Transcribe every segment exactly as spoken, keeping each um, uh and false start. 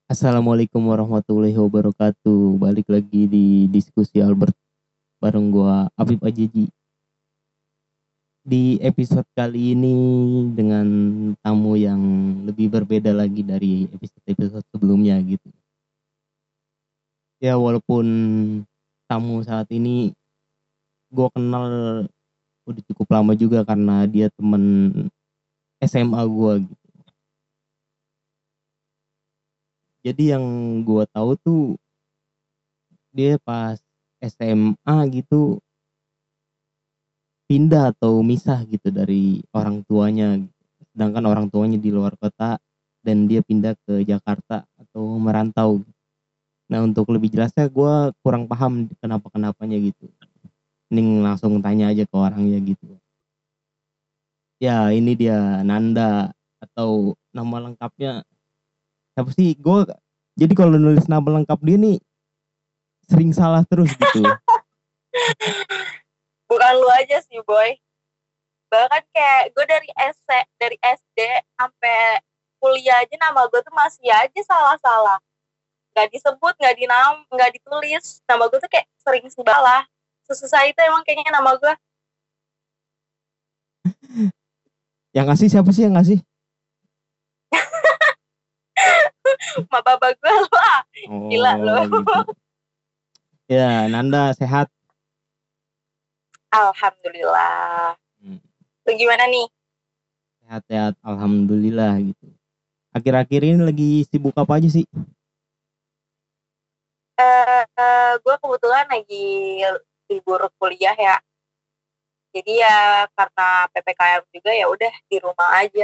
Assalamualaikum warahmatullahi wabarakatuh. Balik lagi di diskusi Albert bareng gua Afif Ajeji. Di episode kali ini dengan tamu yang lebih berbeda lagi dari episode-episode sebelumnya gitu. Ya walaupun tamu saat ini gua kenal udah cukup lama juga karena dia temen S M A gua gitu. Jadi yang gua tahu tuh dia pas S M A gitu pindah atau misah gitu dari orang tuanya, sedangkan orang tuanya di luar kota dan dia pindah ke Jakarta atau merantau. Nah untuk lebih jelasnya gue kurang paham kenapa kenapanya gitu. Mending langsung tanya aja ke orangnya gitu. Ya ini dia Nanda, atau nama lengkapnya siapa sih? Gue jadi kalau nulis nama lengkap dia nih sering salah terus gitu. Bukan lu aja sih boy, bahkan kayak gue dari S dari S D sampai kuliah aja nama gue tuh masih aja salah-salah, nggak disebut, nggak dinam nggak ditulis, nama gue tuh kayak sering salah. Sesusah itu emang kayaknya nama gue. Yang ngasih siapa sih yang ngasih? Ma bapak gue lah, gila lo. Oh gitu. Ya Nanda sehat. Alhamdulillah. Hmm. Lu gimana nih? Sehat-sehat, alhamdulillah gitu. Akhir-akhir ini lagi sibuk apa aja sih? eh uh, gue kebetulan lagi libur kuliah ya, jadi ya karena P P K M juga ya udah di rumah aja.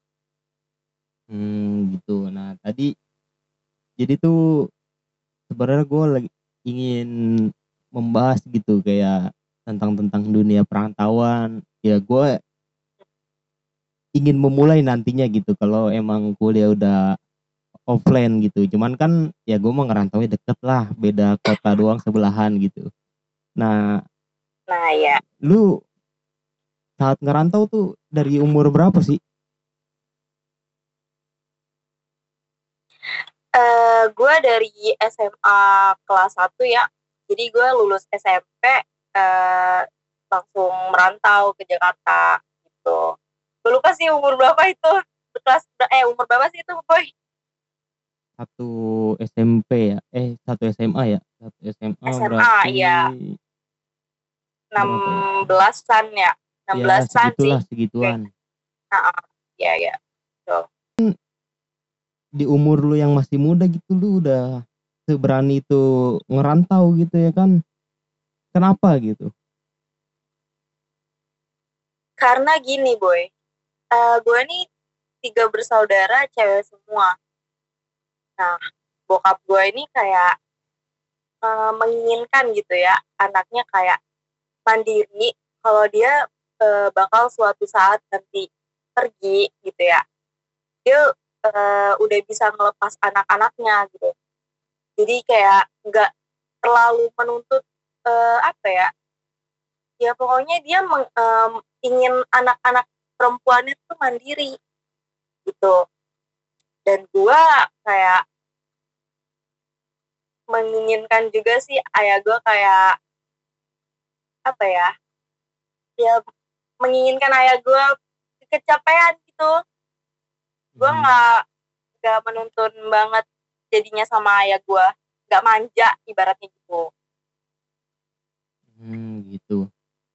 Hmm, gitu. Nah, tadi jadi tuh sebenarnya gue lagi ingin membahas gitu kayak tentang tentang dunia perantauan. Ya gue ingin memulai nantinya gitu kalau emang kuliah udah offline gitu. Cuman kan ya gue mau ngerantau deket lah, beda kota doang sebelahan gitu. Nah, Nah ya, lu saat ngerantau tuh dari umur berapa sih? Uh, gue dari S M A kelas satu ya. Jadi gue lulus S M P uh, langsung merantau ke Jakarta gitu. Gue lupa sih umur berapa itu. Kelas eh umur berapa sih itu, boy? Satu S M P ya? Eh, satu S M A ya? Satu S M A S M A berarti ya, enam berapa ya? belasan ya. Enam Ya belasan sih. segitulah segituan. Nah, ya ya. So. Di umur lu yang masih muda gitu lu udah seberani itu ngerantau gitu ya kan? Kenapa gitu? Karena gini, boy. Uh, gue nih tiga bersaudara cewek semua. Nah, bokap gue ini kayak uh, menginginkan gitu ya, anaknya kayak mandiri, kalau dia uh, bakal suatu saat nanti pergi gitu ya, dia uh, udah bisa ngelepas anak-anaknya gitu. Jadi kayak nggak terlalu menuntut uh, apa ya, ya pokoknya dia meng, um, ingin anak-anak perempuannya tuh mandiri gitu. Dan gua kayak menginginkan juga sih ayah gue kayak apa ya, ya menginginkan ayah gue kecapean gitu. Gue Hmm, nggak nggak menuntun banget jadinya sama ayah gue, nggak manja ibaratnya gitu. hmm, gitu.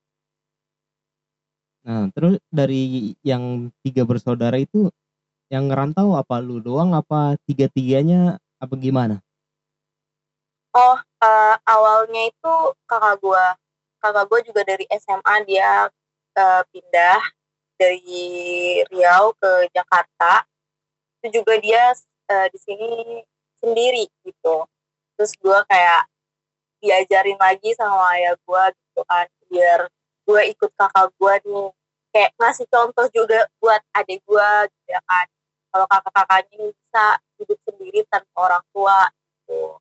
Nah, terus dari yang tiga bersaudara itu yang ngerantau apa lu doang apa tiga-tiganya apa gimana? Oh, uh, awalnya itu kakak gue kakak gue juga dari S M A dia uh, pindah dari Riau ke Jakarta. Itu juga dia uh, di sini sendiri gitu. Terus gue kayak diajarin lagi sama ayah gue gitu kan, biar gue ikut kakak gue nih, kayak ngasih contoh juga buat adik gue gitu ya kan, kalau kakak-kakaknya ini bisa hidup sendiri tanpa orang tua gitu.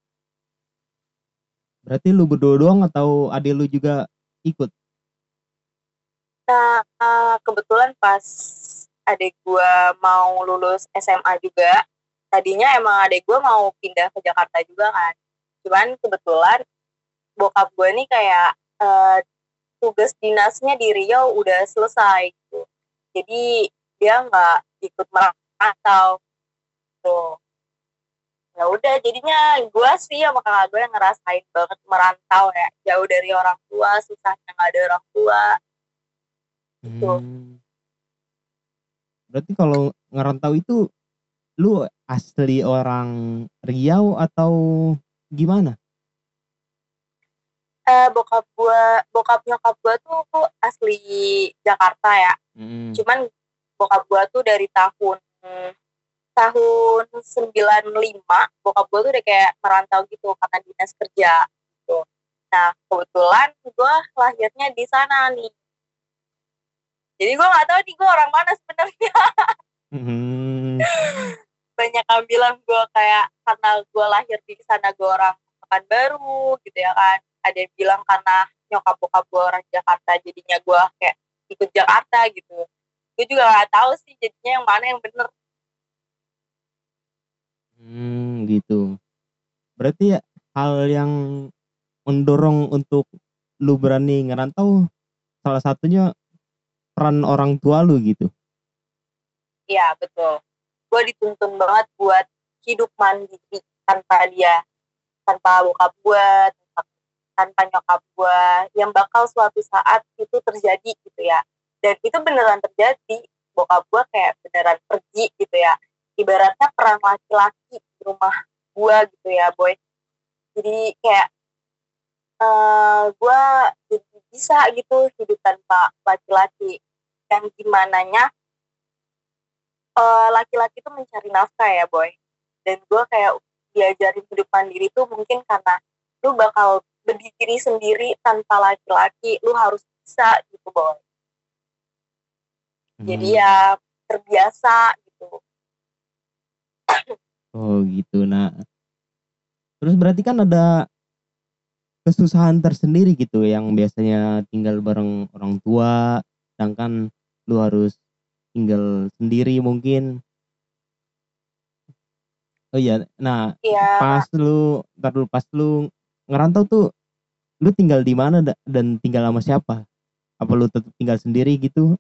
Berarti lu berdua doang atau adik lu juga ikut? Nah, kebetulan pas adik gue mau lulus S M A juga, tadinya emang adek gue mau pindah ke Jakarta juga kan, cuman kebetulan bokap gue nih kayak uh, tugas dinasnya di Riau udah selesai gitu, jadi dia nggak ikut merantau tuh. Ya udah jadinya gue sih sama kakak gue yang ngerasain banget merantau ya, jauh dari orang tua, susahnya nggak ada orang tua gitu. Hmm. Berarti kalau ngerantau itu lu asli orang Riau atau gimana? Eh, bokap gue, bokap nyokap gue tuh, tuh asli Jakarta ya. Hmm. Cuman bokap gue tuh dari tahun tahun sembilan puluh lima bokap gue tuh udah kayak merantau gitu karena dinas kerja gitu. Nah kebetulan gue lahirnya di sana nih. Jadi gue nggak tahu nih gue orang mana sebenarnya. Hmm. Banyak yang bilang gue kayak karena gue lahir di sana gue orang Pekanbaru gitu ya kan. Ada yang bilang karena nyokap bokap gue orang Jakarta jadinya gue kayak ikut Jakarta gitu. Gue juga nggak tahu sih jadinya yang mana yang bener. Hmm, gitu. Berarti ya, hal yang mendorong untuk lu berani ngerantau salah satunya peran orang tua lu gitu. Iya betul. Gue dituntun banget buat hidup mandiri tanpa dia, tanpa bokap gue, tanpa, tanpa nyokap gue, yang bakal suatu saat itu terjadi gitu ya. Dan itu beneran terjadi. Bokap gue kayak beneran pergi gitu ya. Ibaratnya peran laki-laki di rumah gue gitu ya, boy. Jadi kayak uh, gue jadi bisa gitu hidup tanpa laki-laki. Yang gimananya uh, laki-laki itu mencari nafkah ya, boy. Dan gue kayak diajarin hidup mandiri tuh mungkin karena lu bakal berdiri sendiri tanpa laki-laki, lu harus bisa gitu, boy. Jadi Hmm. ya terbiasa gitu. Oh gitu. Nah, terus berarti kan ada kesusahan tersendiri gitu yang biasanya tinggal bareng orang tua, sedangkan lu harus tinggal sendiri mungkin. Oh iya, nah Ya, pas lu, ntar dulu pas lu ngerantau tuh, lu tinggal di mana da- dan tinggal sama siapa? Apa lu tetap tinggal sendiri gitu?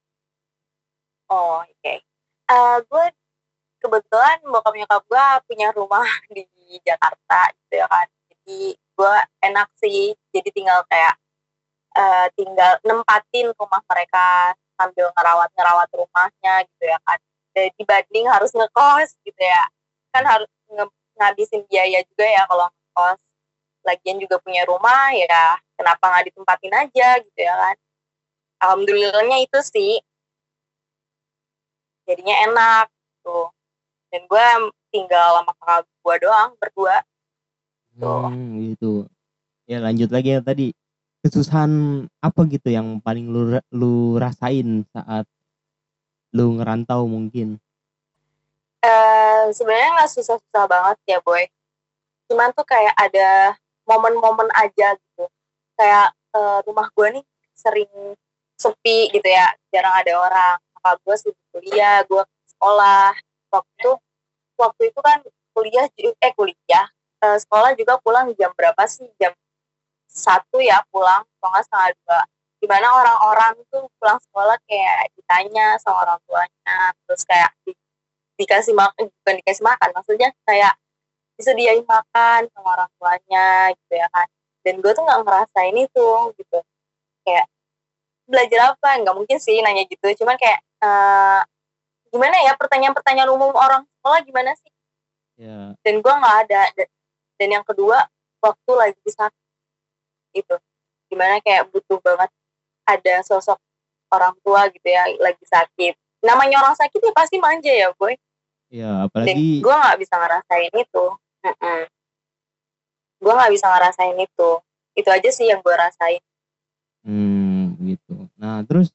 oh oke. Okay. Uh, gue kebetulan bokap nyokap gue punya rumah di Jakarta gitu ya kan. Jadi gue enak sih, jadi tinggal kayak uh, tinggal nempatin rumah mereka sambil ngerawat-ngerawat rumahnya gitu ya kan. Jadi dibanding harus ngekos gitu ya. Kan harus nge- ngabisin biaya juga ya kalau ngekos. Lagian juga punya rumah ya, kenapa nggak ditempatin aja gitu ya kan. Alhamdulillahnya itu sih, jadinya enak tuh. Dan gue tinggal sama kakak gue doang berdua tuh. Hmm, gitu. Ya lanjut lagi ya tadi. Kesusahan apa gitu yang paling lu ra- lu rasain saat lu ngerantau mungkin? Eh, sebenarnya nggak susah-susah banget ya boy. Cuman tuh kayak ada momen-momen aja gitu. Kayak eh, rumah gue nih sering sepi gitu ya, jarang ada orang. Kakak gue sibuk kuliah, gue sekolah. Waktu waktu itu kan kuliah eh kuliah eh, sekolah juga pulang jam berapa sih? Jam satu ya pulang, kalau nggak setengah dua. Dimana orang-orang tuh pulang sekolah kayak ditanya sama orang tuanya, terus kayak di, dikasih makan, bukan dikasih makan, maksudnya kayak disediain makan sama orang tuanya gitu ya kan. Dan gue tuh nggak ngerasain itu gitu. Kayak belajar apa? Nggak mungkin sih nanya gitu. Cuman kayak uh, gimana ya pertanyaan-pertanyaan umum orang sekolah gimana sih? Ya. Dan gue nggak ada. Dan yang kedua waktu lagi sakit itu, gimana kayak butuh banget ada sosok orang tua gitu ya lagi sakit. Namanya orang sakit ya pasti manja ya boy. Ya, Dan apalagi gue nggak bisa ngerasain itu. Mm-mm. Gue nggak bisa ngerasain itu. Itu aja sih yang gue rasain. hmm, gitu. Nah, terus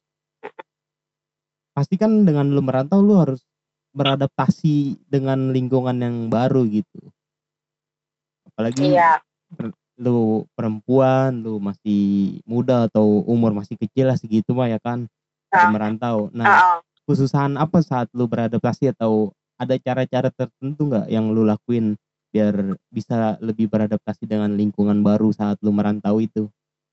pasti kan dengan lu merantau lu harus beradaptasi dengan lingkungan yang baru gitu. Apalagi Iya. per- lu perempuan, lu masih muda atau umur masih kecil lah segitu mah ya kan, baru Nah, merantau. Nah, uh-uh. kesusahan apa saat lu beradaptasi atau ada cara-cara tertentu nggak yang lu lakuin biar bisa lebih beradaptasi dengan lingkungan baru saat lu merantau itu?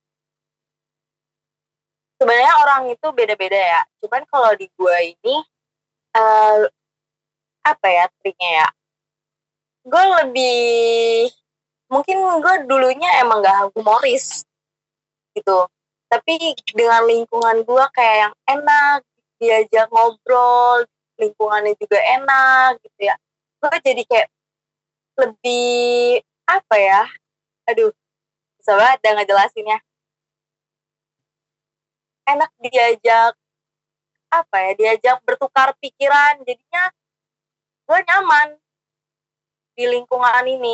Sebenarnya orang itu beda-beda ya. Cuman kalau di gua ini uh, apa ya triknya ya? Gue lebih mungkin gue dulunya emang gak humoris gitu. Tapi dengan lingkungan gue kayak yang enak, diajak ngobrol, lingkungannya juga enak gitu ya. Gue jadi kayak lebih apa ya? Aduh, susah banget dah ngejelasinnya. Enak diajak apa ya? Diajak bertukar pikiran, jadinya gue nyaman di lingkungan ini.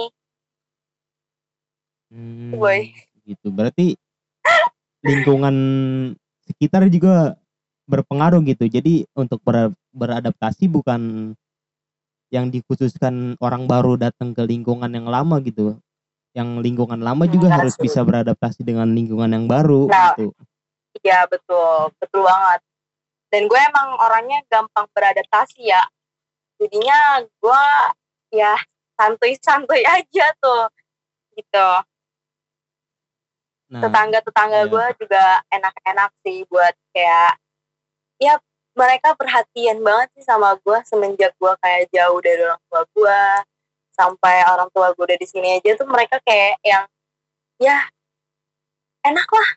Hmm, Boy. gitu. Berarti lingkungan sekitar juga berpengaruh gitu. Jadi untuk ber, beradaptasi bukan yang dikhususkan orang baru datang ke lingkungan yang lama gitu. Yang lingkungan lama juga Enggak harus sih. bisa beradaptasi dengan lingkungan yang baru Nah, gitu. iya betul, betul banget. Dan gue emang orangnya gampang beradaptasi ya. Jadinya gue ya santuy-santuy aja tuh gitu. Nah, Tetangga-tetangga ya. gue juga enak-enak sih buat kayak ya mereka perhatian banget sih sama gue semenjak gue kayak jauh dari orang tua gue sampai orang tua gue udah di sini aja tuh mereka kayak yang ya enak lah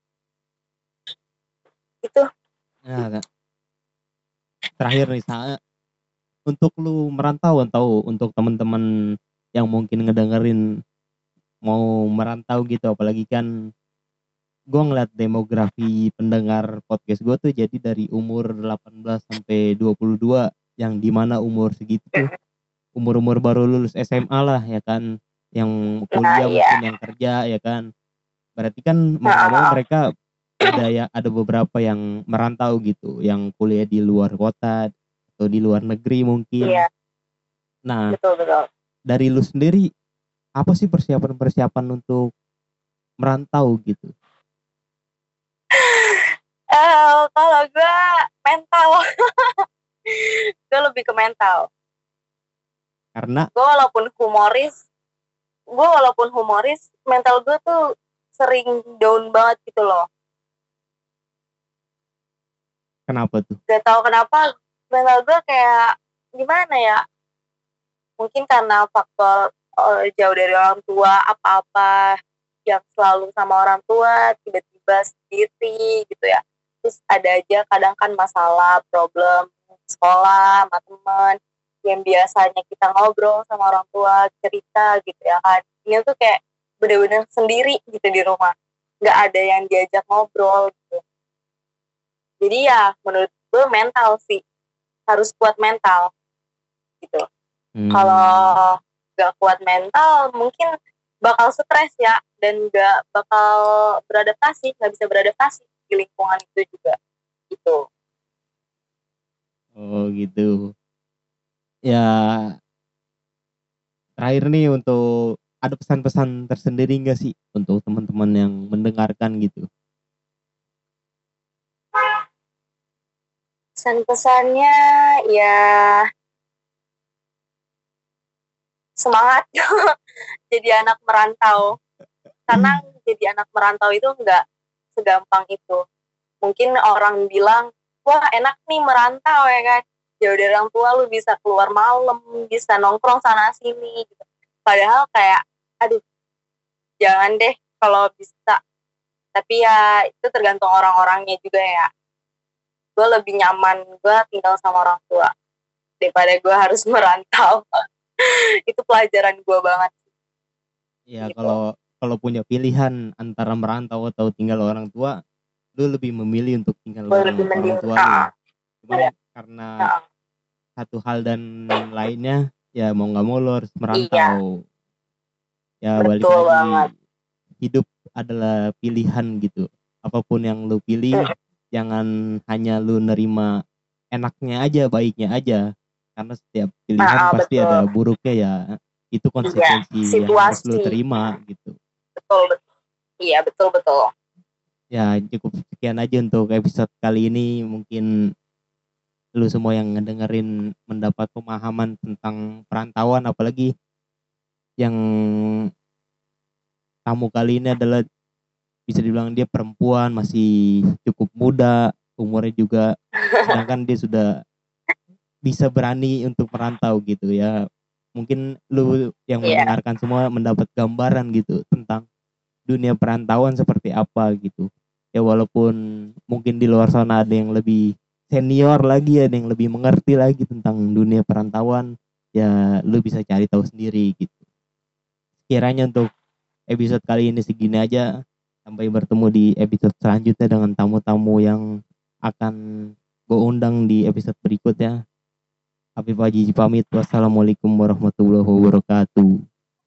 gitu. Nah, terakhir nih saya untuk lu merantau atau untuk teman-teman yang mungkin ngedengerin mau merantau gitu, apalagi kan gue ngeliat demografi pendengar podcast gue tuh jadi dari umur delapan belas sampai dua puluh dua, yang dimana umur segitu tuh umur-umur baru lulus S M A lah ya kan, yang Nah kuliah iya. mungkin, yang kerja ya kan. Berarti kan mau nggak mau Nah, mereka ada ya ada beberapa yang merantau gitu, yang kuliah di luar kota atau di luar negeri mungkin. iya Nah, betul betul. dari lu sendiri apa sih persiapan-persiapan untuk merantau gitu? Eh kalau gue mental, gue lebih ke mental. Karena Gue walaupun humoris, gue walaupun humoris, mental gue tuh sering down banget gitu loh. kenapa tuh? Gak tau kenapa mental gue kayak gimana ya? Mungkin karena faktor uh, jauh dari orang tua, apa-apa yang selalu sama orang tua, tiba-tiba sendiri gitu ya. Terus ada aja kadang kan masalah, problem sekolah, sama teman yang biasanya kita ngobrol sama orang tua, cerita gitu ya kan. Ini tuh kayak bener-bener sendiri gitu di rumah. Nggak ada yang diajak ngobrol gitu. Jadi ya menurut gue mental sih. Harus kuat mental gitu. Hmm. Kalau nggak kuat mental mungkin bakal stres ya dan nggak bakal beradaptasi, nggak bisa beradaptasi di lingkungan itu juga gitu. Oh gitu. Ya, terakhir nih, untuk ada pesan-pesan tersendiri nggak sih untuk teman-teman yang mendengarkan gitu? Pesan-pesannya ya semangat jadi anak merantau, karena jadi anak merantau itu nggak segampang itu. Mungkin orang bilang wah enak nih merantau ya kan, jauh dari orang tua, lu bisa keluar malam, bisa nongkrong sana sini gitu. Padahal kayak aduh jangan deh kalau bisa, tapi ya itu tergantung orang-orangnya juga ya. Gue lebih nyaman gue tinggal sama orang tua daripada gue harus merantau. Itu pelajaran gue banget Ya gitu. kalau kalau punya pilihan antara merantau atau tinggal orang tua, lu lebih memilih untuk tinggal Gue lebih bareng orang mending tua lu. uh, Cuman karena uh, satu hal dan lainnya, ya mau nggak mau lu harus iya merantau. Ya balik betul banget. lagi, hidup adalah pilihan gitu. Apapun yang lu pilih, jangan hanya lu nerima enaknya aja, baiknya aja. Karena setiap pilihan Nah, uh, pasti betul. ada buruknya ya. Itu Iya, konsekuensi yang harus lu situasi. terima gitu. Betul betul. Iya betul betul. Ya cukup sekian aja untuk episode kali ini. Mungkin lu semua yang ngedengerin mendapat pemahaman tentang perantauan, apalagi yang tamu kali ini adalah bisa dibilang dia perempuan, masih cukup muda umurnya juga, sedangkan dia sudah bisa berani untuk merantau gitu ya. Mungkin lu yang Iya. mendengarkan semua mendapat gambaran gitu tentang dunia perantauan seperti apa gitu. Ya walaupun mungkin di luar sana ada yang lebih senior lagi, ada yang lebih mengerti lagi tentang dunia perantauan, ya lu bisa cari tahu sendiri gitu. Kiranya untuk episode kali ini segini aja. Sampai bertemu di episode selanjutnya dengan tamu-tamu yang akan gue undang di episode berikutnya. Habib Haji pamit. Wassalamualaikum warahmatullahi wabarakatuh.